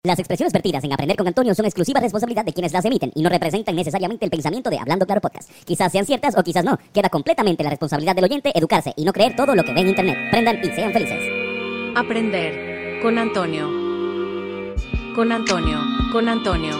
Las expresiones vertidas en Aprender con Antonio son exclusiva responsabilidad de quienes las emiten y no representan necesariamente el pensamiento de Hablando Claro Podcast. Quizás sean ciertas o quizás no. Queda completamente la responsabilidad del oyente educarse y no creer todo lo que ve en internet. Prendan y sean felices. Aprender con Antonio. Con Antonio. Con Antonio.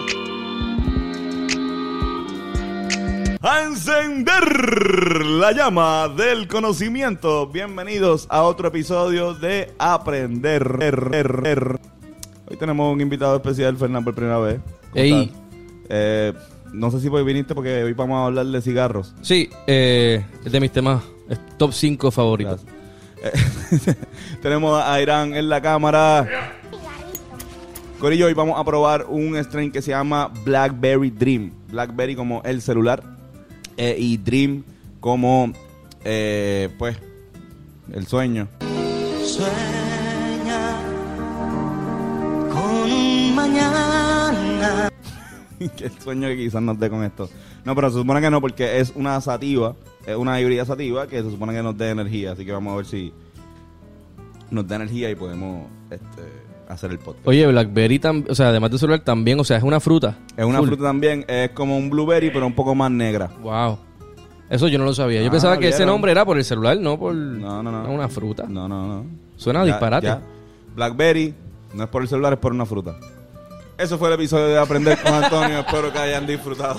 A encender la llama del conocimiento. Bienvenidos a otro episodio de Aprender. Hoy tenemos un invitado especial, Fernán, por primera vez. Ey. No sé si hoy viniste porque hoy vamos a hablar de cigarros. Sí, es de mis temas top 5 favoritos. Tenemos a Irán en la cámara. Corillo, hoy vamos a probar un strain que se llama Blackberry Dream. Blackberry como el celular y Dream como, pues, el sueño. Sueña con un mañana. Que el sueño que quizás nos dé con esto. No, pero se supone que no, porque es una sativa, es una híbrida sativa que se supone que nos dé energía. Así que vamos a ver si nos da energía y podemos hacer el podcast. Oye, Blackberry, o sea, además de celular también, o sea, es una fruta. Es una fruta también, es como un blueberry, pero un poco más negra. Wow. Eso yo no lo sabía. Yo pensaba que ese nombre era por el celular, no por No. una fruta. No. Suena a disparate. Ya. Blackberry no es por el celular, es por una fruta. Eso fue el episodio de Aprender con Antonio. Espero que hayan disfrutado.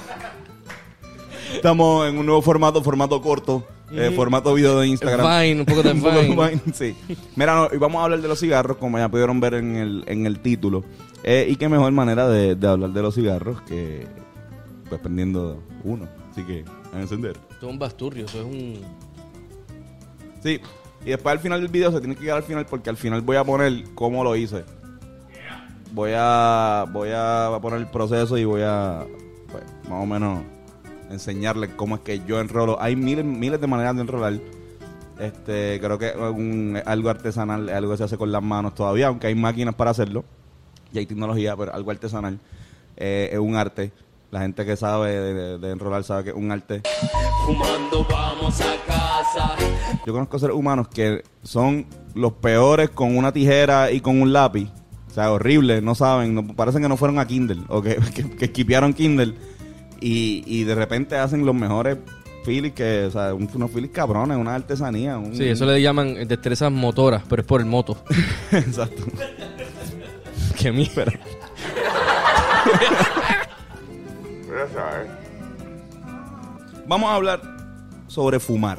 Estamos en un nuevo formato corto. Formato video de Instagram. Vine, un poco de Vine. Sí. Mira, y vamos a hablar de los cigarros, como ya pudieron ver en el título. Y qué mejor manera de hablar de los cigarros que pues prendiendo uno. Así que, a encender. Esto es un basturrio, eso es un... Sí, y después al final del video se tiene que quedar al final porque al final voy a poner cómo lo hice. Voy a poner el proceso y voy a, pues, más o menos enseñarles cómo es que yo enrolo. Hay miles de maneras de enrolar. Creo que es algo artesanal, es algo que se hace con las manos todavía, aunque hay máquinas para hacerlo y hay tecnología, pero algo artesanal. Es un arte. La gente que sabe de enrolar sabe que es un arte. Fumando vamos a casa. Yo conozco seres humanos que son los peores con una tijera y con un lápiz. O sea, horrible, no saben, parecen que no fueron a Kindle o que skipearon Kindle y de repente hacen los mejores filis o sea, unos filis cabrones, una artesanía. Sí, eso le llaman destrezas motoras, pero es por el moto. Exacto. Qué mierda. Vamos a hablar sobre fumar.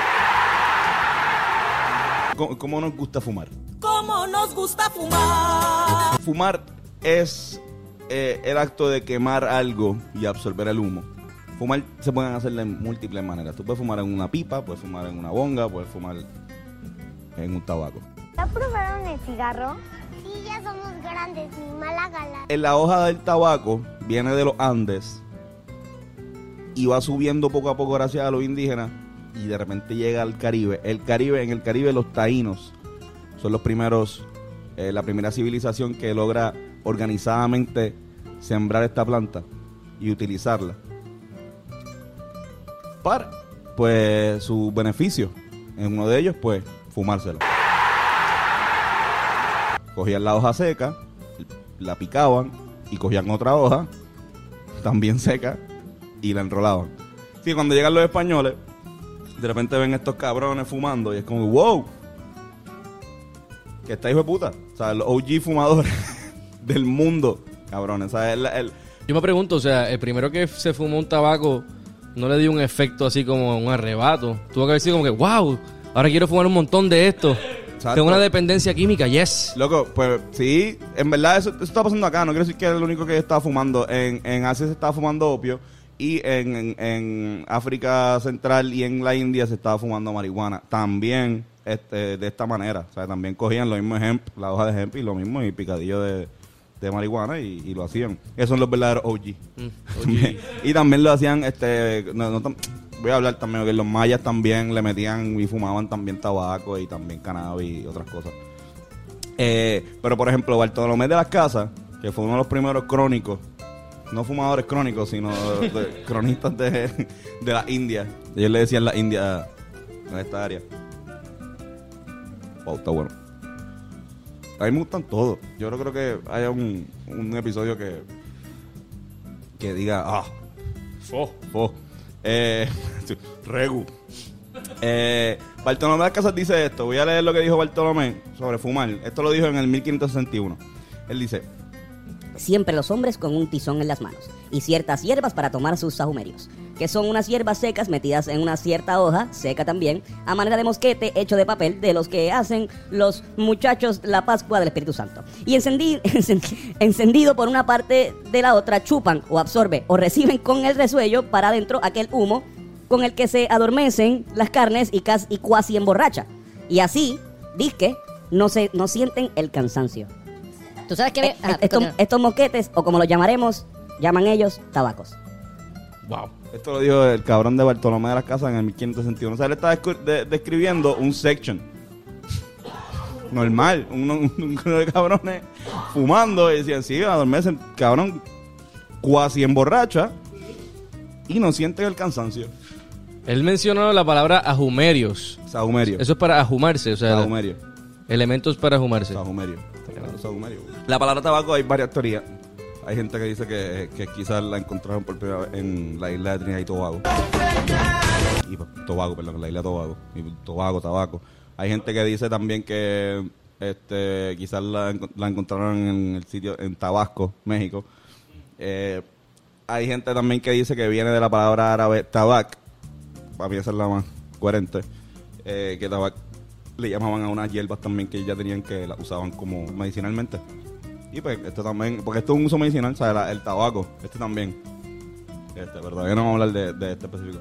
¿Cómo nos gusta fumar? ¿Cómo nos gusta fumar? Fumar es el acto de quemar algo y absorber el humo. Fumar se pueden hacer de múltiples maneras. Tú puedes fumar en una pipa, puedes fumar en una bonga, puedes fumar en un tabaco. ¿Ya probaron el cigarro? Sí, ya somos grandes, mi mala gala. En la hoja del tabaco viene de los Andes y va subiendo poco a poco gracias a los indígenas y de repente llega al Caribe. En el Caribe los taínos son los primeros, la primera civilización que logra organizadamente sembrar esta planta y utilizarla para, pues, su beneficio. En uno de ellos, pues, fumársela. Cogían la hoja seca, la picaban y cogían otra hoja, también seca, y la enrolaban. Sí, cuando llegan los españoles, de repente ven estos cabrones fumando y es como, wow, que está hijo de puta. O sea, los OG fumadores del mundo, cabrones. O sea, Yo me pregunto, o sea, el primero que se fumó un tabaco no le dio un efecto así como un arrebato. Tuvo que haber sido como que, wow, ahora quiero fumar un montón de esto. Exacto. Tengo una dependencia química, yes. Loco, pues sí, en verdad eso está pasando acá. No quiero decir que es el único que está fumando. En Asia se estaba fumando opio y en África Central y en la India se estaba fumando marihuana. También de esta manera. O sea, también cogían lo mismo hemp, la hoja de hemp y lo mismo y picadillo de marihuana y lo hacían. Esos son los verdaderos OG. Y también lo hacían, voy a hablar también que los mayas también le metían y fumaban también tabaco y también cannabis y otras cosas. Pero por ejemplo, Bartolomé de las Casas, que fue uno de los primeros crónicos, no fumadores crónicos, sino cronistas de la India. Ellos le decían la India en esta área. Wow, está bueno. A mí me gustan todos. Yo no creo que haya un episodio que diga, fo. Regu. Bartolomé de las Casas dice esto. Voy a leer lo que dijo Bartolomé sobre fumar. Esto lo dijo en el 1561. Él dice: siempre los hombres con un tizón en las manos y ciertas hierbas para tomar sus sahumerios, que son unas hierbas secas metidas en una cierta hoja, seca también, a manera de mosquete hecho de papel, de los que hacen los muchachos la Pascua del Espíritu Santo. Y encendido por una parte de la otra, chupan o absorben o reciben con el resuello para adentro aquel humo con el que se adormecen las carnes y cuasi emborracha. Y así, disque, no sienten el cansancio. ¿Tú sabes qué? Estos mosquetes, o como los llaman ellos, tabacos. Wow. Esto lo dijo el cabrón de Bartolomé de las Casas en el 1561. O sea, él está describiendo un section normal, un de cabrones fumando y decían, sí, adormecen, cabrón, cuasi emborracha y no sienten el cansancio. Él mencionó la palabra ajumerios. Sahumerio. Eso es para ajumarse, o sea, Sahumerio. elementos para ajumarse. Sahumerio. La palabra tabaco hay varias teorías. Hay gente que dice que quizás la encontraron por primera vez en la isla de Trinidad y Tobago. La isla de Tobago. Y Tobago, tabaco. Hay gente que dice también que quizás la encontraron en el sitio, en Tabasco, México. Hay gente también que dice que viene de la palabra árabe tabac. Para mí esa es la más coherente. Que tabac le llamaban a unas hierbas también que ya tenían, que la usaban como medicinalmente. Y pues esto también, porque esto es un uso medicinal, ¿sabes? El tabaco, también. Pero todavía no vamos a hablar de este específico.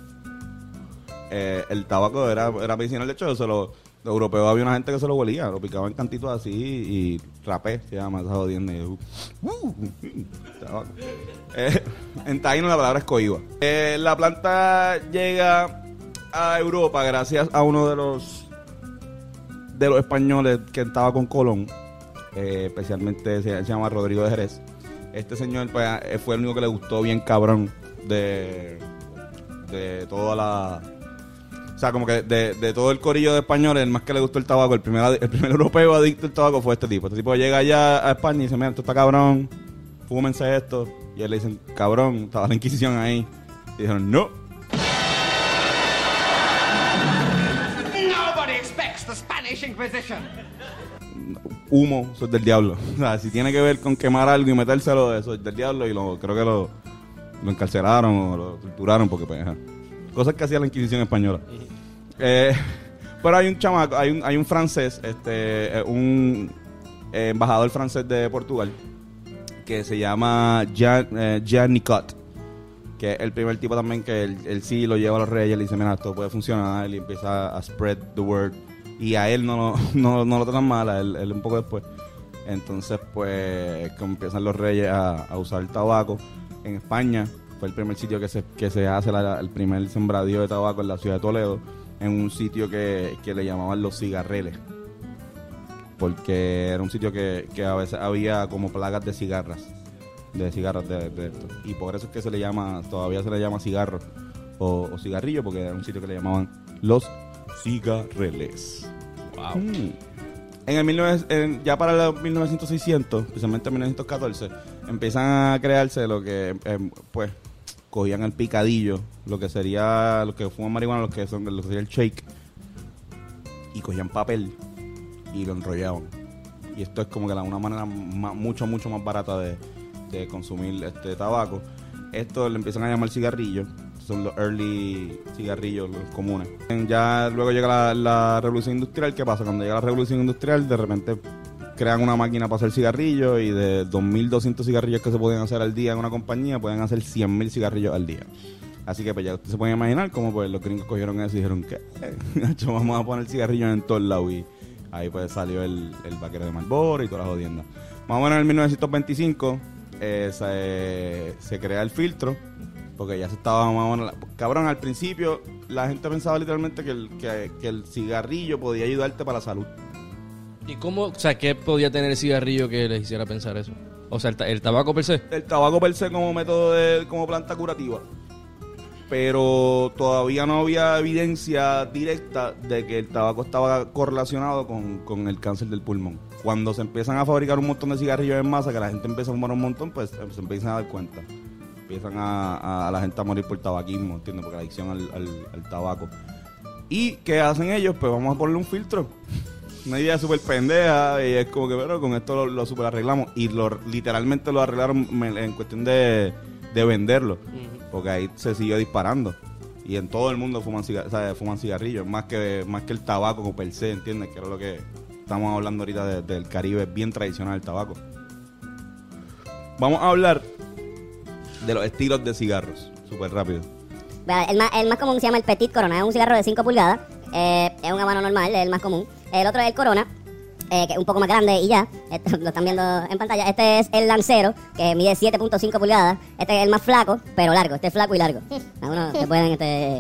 El tabaco era medicinal, de hecho, los europeos había una gente que se lo huelía, lo picaban en cantitos así y rapé, se llama, esa jodienda. Tabaco. En taíno la palabra es coiba. La planta llega a Europa gracias a uno de los españoles que estaba con Colón. Especialmente se llama Rodrigo de Jerez. Este señor pues, fue el único que le gustó bien cabrón de toda la... O sea, como que de todo el corillo de españoles, el más que le gustó el tabaco, el primer europeo adicto al tabaco fue este tipo. Este tipo llega allá a España y dice, mira, esto está cabrón, fúmense esto. Y él le dicen, cabrón, estaba la Inquisición ahí. Y dijeron, no. Nobody expects the Spanish Inquisition. Humo, eso es del diablo. O sea, si tiene que ver con quemar algo y metérselo, eso es del diablo. Y creo que lo encarcelaron o lo torturaron porque pues, cosas que hacía la Inquisición española. Pero hay un chamaco, hay un francés, un embajador francés de Portugal que se llama Jean Nicot, que es el primer tipo también que él sí lo lleva a los reyes, le dice, mira, esto puede funcionar, y empieza a spread the word. Y a él no lo tratan mal, a él un poco después. Entonces, pues, como empiezan los reyes a usar el tabaco. En España fue el primer sitio que se hace el primer sembradío de tabaco en la ciudad de Toledo, en un sitio que le llamaban Los Cigarreles. Porque era un sitio que a veces había como plagas de cigarras de esto. Y por eso es que todavía se le llama cigarro o cigarrillo, porque era un sitio que le llamaban Los Cigarreles. Wow. Ya para el 1900, especialmente en 1914, empiezan a crearse lo que, pues, cogían el picadillo, lo que sería, los que fuman marihuana, lo que sería el shake, y cogían papel y lo enrollaban. Y esto es como que una manera mucho más barata de consumir tabaco. Esto le empiezan a llamar cigarrillo. Son los early cigarrillos, los comunes. Ya luego llega la revolución industrial. ¿Qué pasa? Cuando llega la revolución industrial, de repente crean una máquina para hacer cigarrillos, y de 2.200 cigarrillos que se podían hacer al día en una compañía, pueden hacer 100.000 cigarrillos al día. Así que pues ya ustedes se pueden imaginar cómo pues los gringos cogieron eso y dijeron, ¿qué? Vamos a poner cigarrillos en todos lados. Y ahí pues salió el vaquero de Marlboro y toda la jodienda. Más o menos en el 1925 se crea el filtro, porque ya se estaba más o menos... Cabrón, al principio la gente pensaba literalmente que el cigarrillo podía ayudarte para la salud. ¿Y cómo, o sea, qué podía tener el cigarrillo que les hiciera pensar eso? O sea, el tabaco per se. El tabaco per se como método como planta curativa. Pero todavía no había evidencia directa de que el tabaco estaba correlacionado con el cáncer del pulmón. Cuando se empiezan a fabricar un montón de cigarrillos en masa, que la gente empieza a fumar un montón, pues se empiezan a dar cuenta. Empiezan a la gente a morir por tabaquismo, ¿entiendes? Porque la adicción al tabaco. ¿Y qué hacen ellos? Pues vamos a ponerle un filtro. Una idea súper pendeja y es como que, bueno, con esto lo super arreglamos. Y literalmente lo arreglaron en cuestión de venderlo. Porque ahí se siguió disparando. Y en todo el mundo fuman cigarrillos, más que el tabaco como per se, ¿entiendes? Que era lo que estamos hablando ahorita del Caribe, bien tradicional el tabaco. Vamos a hablar de los estilos de cigarros, súper rápido. El más común se llama el Petit Corona, es un cigarro de 5 pulgadas, es un habano normal, es el más común. El otro es el Corona, que es un poco más grande y ya, lo están viendo en pantalla. Este es el Lancero, que mide 7.5 pulgadas. Este es el más flaco, pero largo. Este es flaco y largo. Algunos se pueden,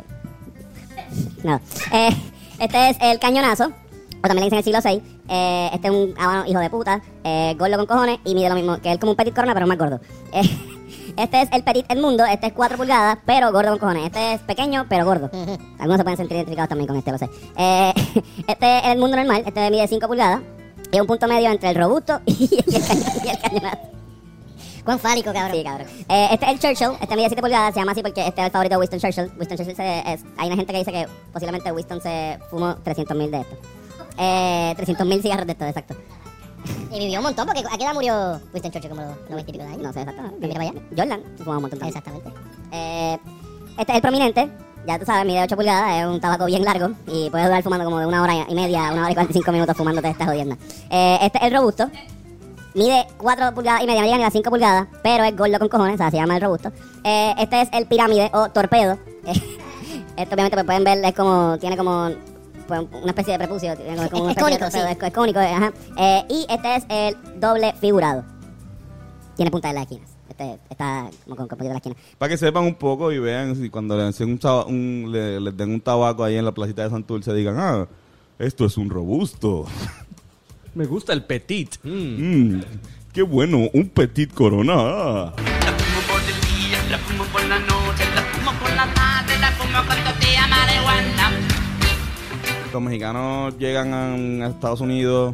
No. Este es el Cañonazo, o también le dicen el siglo VI. Este es un habano hijo de puta, gordo con cojones y mide lo mismo, que es como un Petit Corona, pero más gordo. Este es el Petit Edmundo, este es 4 pulgadas, pero gordo con cojones. Este es pequeño, pero gordo. Algunos se pueden sentir identificados también con este, lo sé. Este es el Edmundo normal, este mide 5 pulgadas. Y es un punto medio entre el robusto y el cañonazo. ¿Cuán fálico, cabrón? Sí, cabrón. Este es el Churchill, este mide 7 pulgadas, se llama así porque este es el favorito de Winston Churchill. Winston Churchill hay una gente que dice que posiblemente Winston se fumó 300.000 de estos. 300.000 cigarros de estos, exacto. Y vivió un montón, porque ¿a qué edad murió Winston Churchill? Como los 90 y pico de años. No sé, exacto. Mira para allá. Jordan se fumaba un montón también. Exactamente. Este es el Prominente, ya tú sabes, mide 8 pulgadas, es un tabaco bien largo y puedes durar fumando como de 1 hora y media, 1 hora y 45 minutos fumándote esta jodienda. Este es el Robusto, mide 4 pulgadas y media, no llega ni a las 5 pulgadas, pero es gordo con cojones, o sea, se llama el Robusto. Este es el Pirámide o Torpedo. Esto obviamente pues pueden ver, es como, tiene como pues, una especie de prepucio, tiene como una Es especie cónico, de torpedo, sí. es cónico, ajá. Y este es el Doble Figurado. Tiene punta en las esquinas. Este está como con poquito de la esquina. Para que sepan un poco y vean si cuando les den les den un tabaco ahí en la placita de Santurce digan, esto es un robusto. Me gusta el Petit. Qué bueno, un Petit Corona. La fumo por el día, la fumo por la noche, la fumo por la tarde, la fumo cuando te ama marihuana. Los mexicanos llegan a Estados Unidos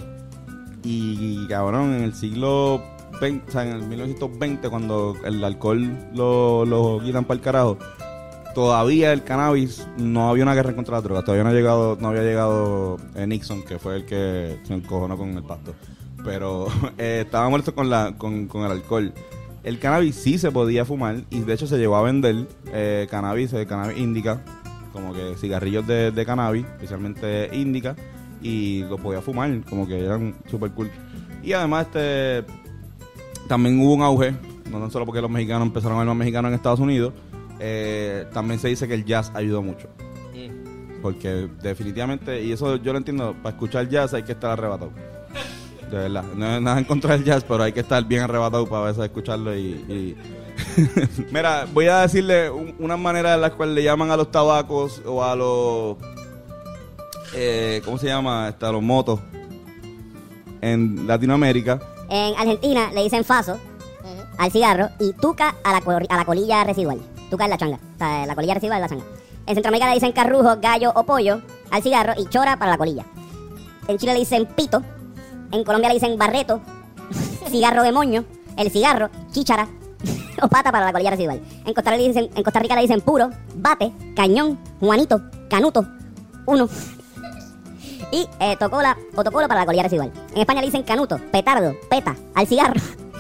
y cabrón, en el siglo 20, o sea, en el 1920, cuando el alcohol lo quitan para el carajo, todavía el cannabis no había una guerra contra la droga, todavía no había llegado Nixon, que fue el que se encojonó con el pasto. Pero estaba molesto con el alcohol. El cannabis sí se podía fumar y de hecho se llegó a vender cannabis índica, como que cigarrillos de cannabis, especialmente índica, y lo podía fumar, como que eran super cool. Y además también hubo un auge, no tan solo porque los mexicanos empezaron a ver más mexicanos en Estados Unidos, también se dice que el jazz ayudó mucho. Porque definitivamente, y eso yo lo entiendo, para escuchar jazz hay que estar arrebatado. De verdad, no es nada en contra del jazz, pero hay que estar bien arrebatado para a veces escucharlo y... Mira, voy a decirle una manera en la cual le llaman a los tabacos o a los... ¿cómo se llama? A los motos en Latinoamérica. En Argentina le dicen faso al cigarro y tuca a la colilla residual. Tuca es la changa, o sea, la colilla residual es la changa. En Centroamérica le dicen carrujo, gallo o pollo al cigarro y chora para la colilla. En Chile le dicen pito. En Colombia le dicen barreto, cigarro de moño, el cigarro, chíchara o pata para la colilla residual. En Costa Rica le dicen puro, bate, cañón, juanito, canuto, uno. Y tocola o tocolo para la colilla residual. En España le dicen canuto, petardo, peta al cigarro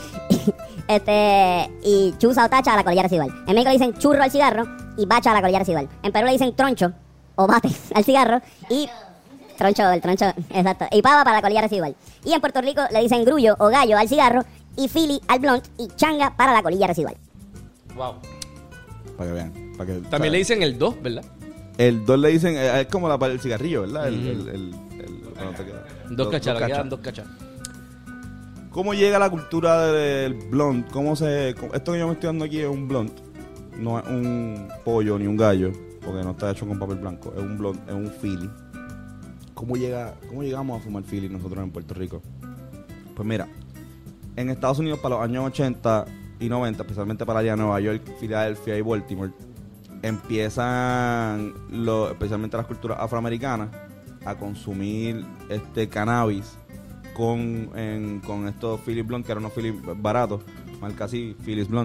y chuza o tacha a la colilla residual. En México le dicen churro al cigarro y bacha a la colilla residual. En Perú le dicen troncho o bate al cigarro y... el troncho, exacto. Y pava para la colilla residual. Y en Puerto Rico le dicen grullo o gallo al cigarro y fili al blunt y changa para la colilla residual. Wow. Para que vean. También le dicen el 2, ¿verdad? El 2 le dicen, es como el cigarrillo, ¿verdad? Cuando te queda. Dos cachas, le quedan 2 cachas. ¿Cómo llega la cultura del blunt? Esto que yo me estoy dando aquí es un blunt. No es un pollo ni un gallo, porque no está hecho con papel blanco. Es un blunt, es un fili. ¿Cómo llegamos a fumar Philly nosotros en Puerto Rico? Pues mira, en Estados Unidos para los años 80 y 90, especialmente para allá Nueva York, Filadelfia y Baltimore, empiezan especialmente las culturas afroamericanas a consumir cannabis con estos Phillies Blunt, que eran unos Phillies baratos, marca así, Phillies Blunt,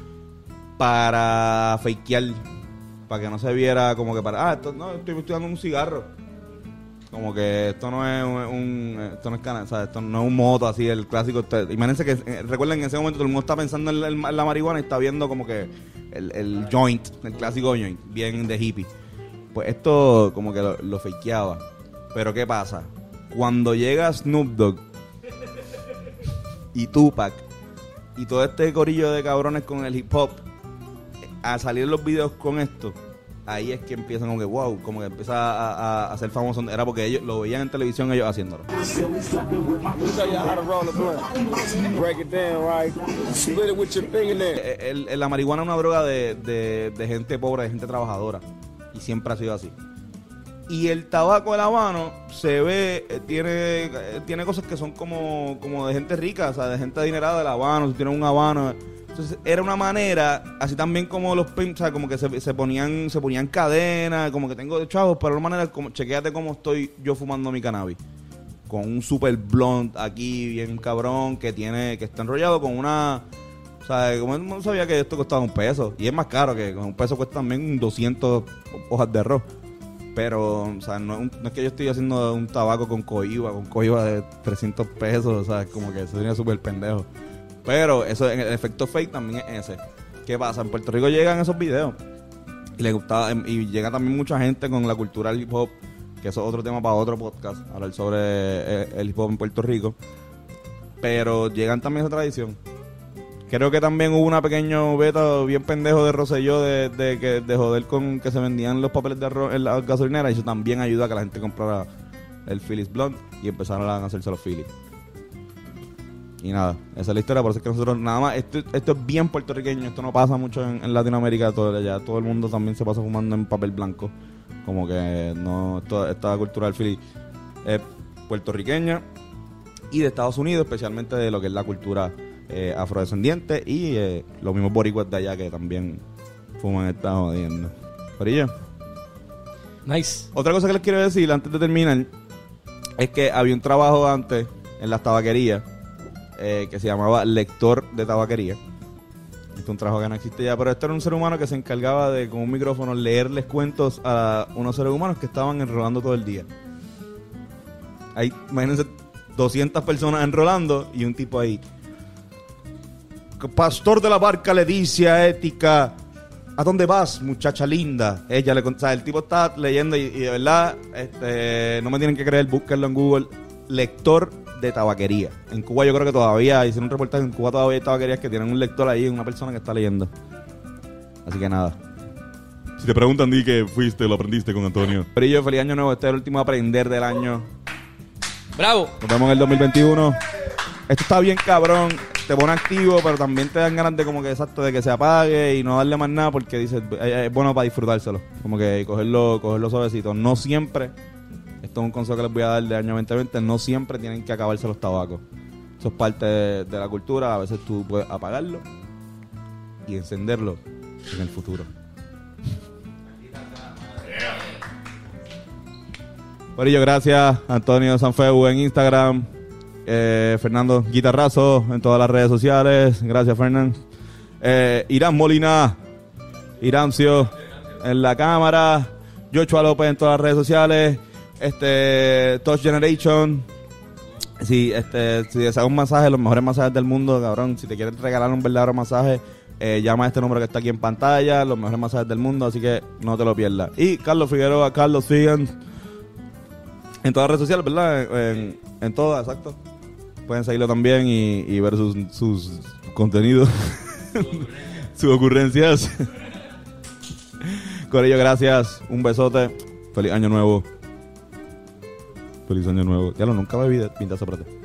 para fakear, para que no se viera como que esto no, estoy dando un cigarro. Como que esto no es esto no es o sea, esto no es un moto así, el clásico. Imagínense que, recuerden, en ese momento todo el mundo está pensando en la marihuana y está viendo como que el joint, el clásico joint, bien de hippie. Pues esto como que lo fakeaba. Pero ¿qué pasa? Cuando llega Snoop Dogg y Tupac y todo este corillo de cabrones con el hip hop a salir los videos con esto, ahí es que empiezan como que wow, como que empieza a ser famoso. Era porque ellos lo veían en televisión, ellos haciéndolo. La marihuana es una droga de gente pobre, de gente trabajadora, y siempre ha sido así. Y el tabaco del habano se ve, tiene cosas que son como de gente rica, o sea, de gente adinerada del habano, si tienen un habano. Entonces era una manera, así también como los pimps, o sea, como que se ponían cadenas, como que tengo de chavos, pero de una manera, como, chequéate cómo estoy yo fumando mi cannabis. Con un super blunt aquí, bien cabrón, que está enrollado con una... O sea, como no sabía que esto costaba $1. Y es más caro, que con $1 cuesta también 200 hojas de arroz. Pero, o sea, no es que yo estoy haciendo un tabaco con cohiba de $300, o sea, como que eso sería súper pendejo. Pero eso, el efecto fake también es ese. ¿Qué pasa? En Puerto Rico llegan esos videos y les gustaba, y llega también mucha gente con la cultura del hip hop, que eso es otro tema para otro podcast, hablar sobre el hip hop en Puerto Rico. Pero llegan también esa tradición. Creo que también hubo una pequeño beta bien pendejo de Rosselló de joder con que se vendían los papeles de arroz en las gasolineras, y eso también ayuda a que la gente comprara el Phillies Blunt y empezaron a hacerse los Phillies. Y nada, esa es la historia. Por eso es que nosotros nada más, esto es bien puertorriqueño, esto no pasa mucho en Latinoamérica, todo el mundo también se pasa fumando en papel blanco. Como que no, esta cultura del Philly es puertorriqueña y de Estados Unidos, especialmente de lo que es la cultura afrodescendiente, y los mismos boricuas de allá que también fuman, están jodiendo. Corillo. Nice. Otra cosa que les quiero decir antes de terminar es que había un trabajo antes en las tabaquerías que se llamaba lector de tabaquería. Este es un trabajo que no existe ya, pero este era un ser humano que se encargaba de, con un micrófono, leerles cuentos a unos seres humanos que estaban enrolando todo el día. Hay, imagínense, 200 personas enrolando y un tipo ahí. Pastor de la barca le dice a Ética: ¿a dónde vas, muchacha linda? Ella le contesta, el tipo está leyendo y de verdad, no me tienen que creer, búsquenlo en Google, lector de tabaquería. En Cuba yo creo que todavía, hicieron un reportaje, en Cuba todavía hay tabaquerías que tienen un lector ahí, una persona que está leyendo. Así que nada. Si te preguntan, di que fuiste, lo aprendiste con Antonio. Pero yo, feliz año nuevo, este es el último aprender del año. ¡Bravo! Nos vemos en el 2021. Esto está bien cabrón, te pone activo, pero también te dan ganas de como que exacto, de que se apague y no darle más nada, porque dices, es bueno para disfrutárselo, como que cogerlo suavecito. No siempre, esto es un consejo que les voy a dar de año 2020, no siempre tienen que acabarse los tabacos. Eso es parte de la cultura, a veces tú puedes apagarlo y encenderlo en el futuro. Por ello, gracias Antonio Sanfeu en Instagram, Fernando Guitarrazo en todas las redes sociales. Gracias, Fernando. Irán Molina, Irancio en la cámara, Joshua López en todas las redes sociales. Touch Generation. Si deseas un masaje, los mejores masajes del mundo, cabrón. Si te quieres regalar un verdadero masaje, llama a este número que está aquí en pantalla. Los mejores masajes del mundo, así que no te lo pierdas. Y Carlos Figueroa, Carlos Figan, en todas las redes sociales, ¿verdad? En todas, exacto. Pueden seguirlo también y ver sus contenidos, sus ocurrencias. Corillo, gracias. Un besote. Feliz año nuevo. Feliz año nuevo. Ya nunca bebí de pintazo para ti.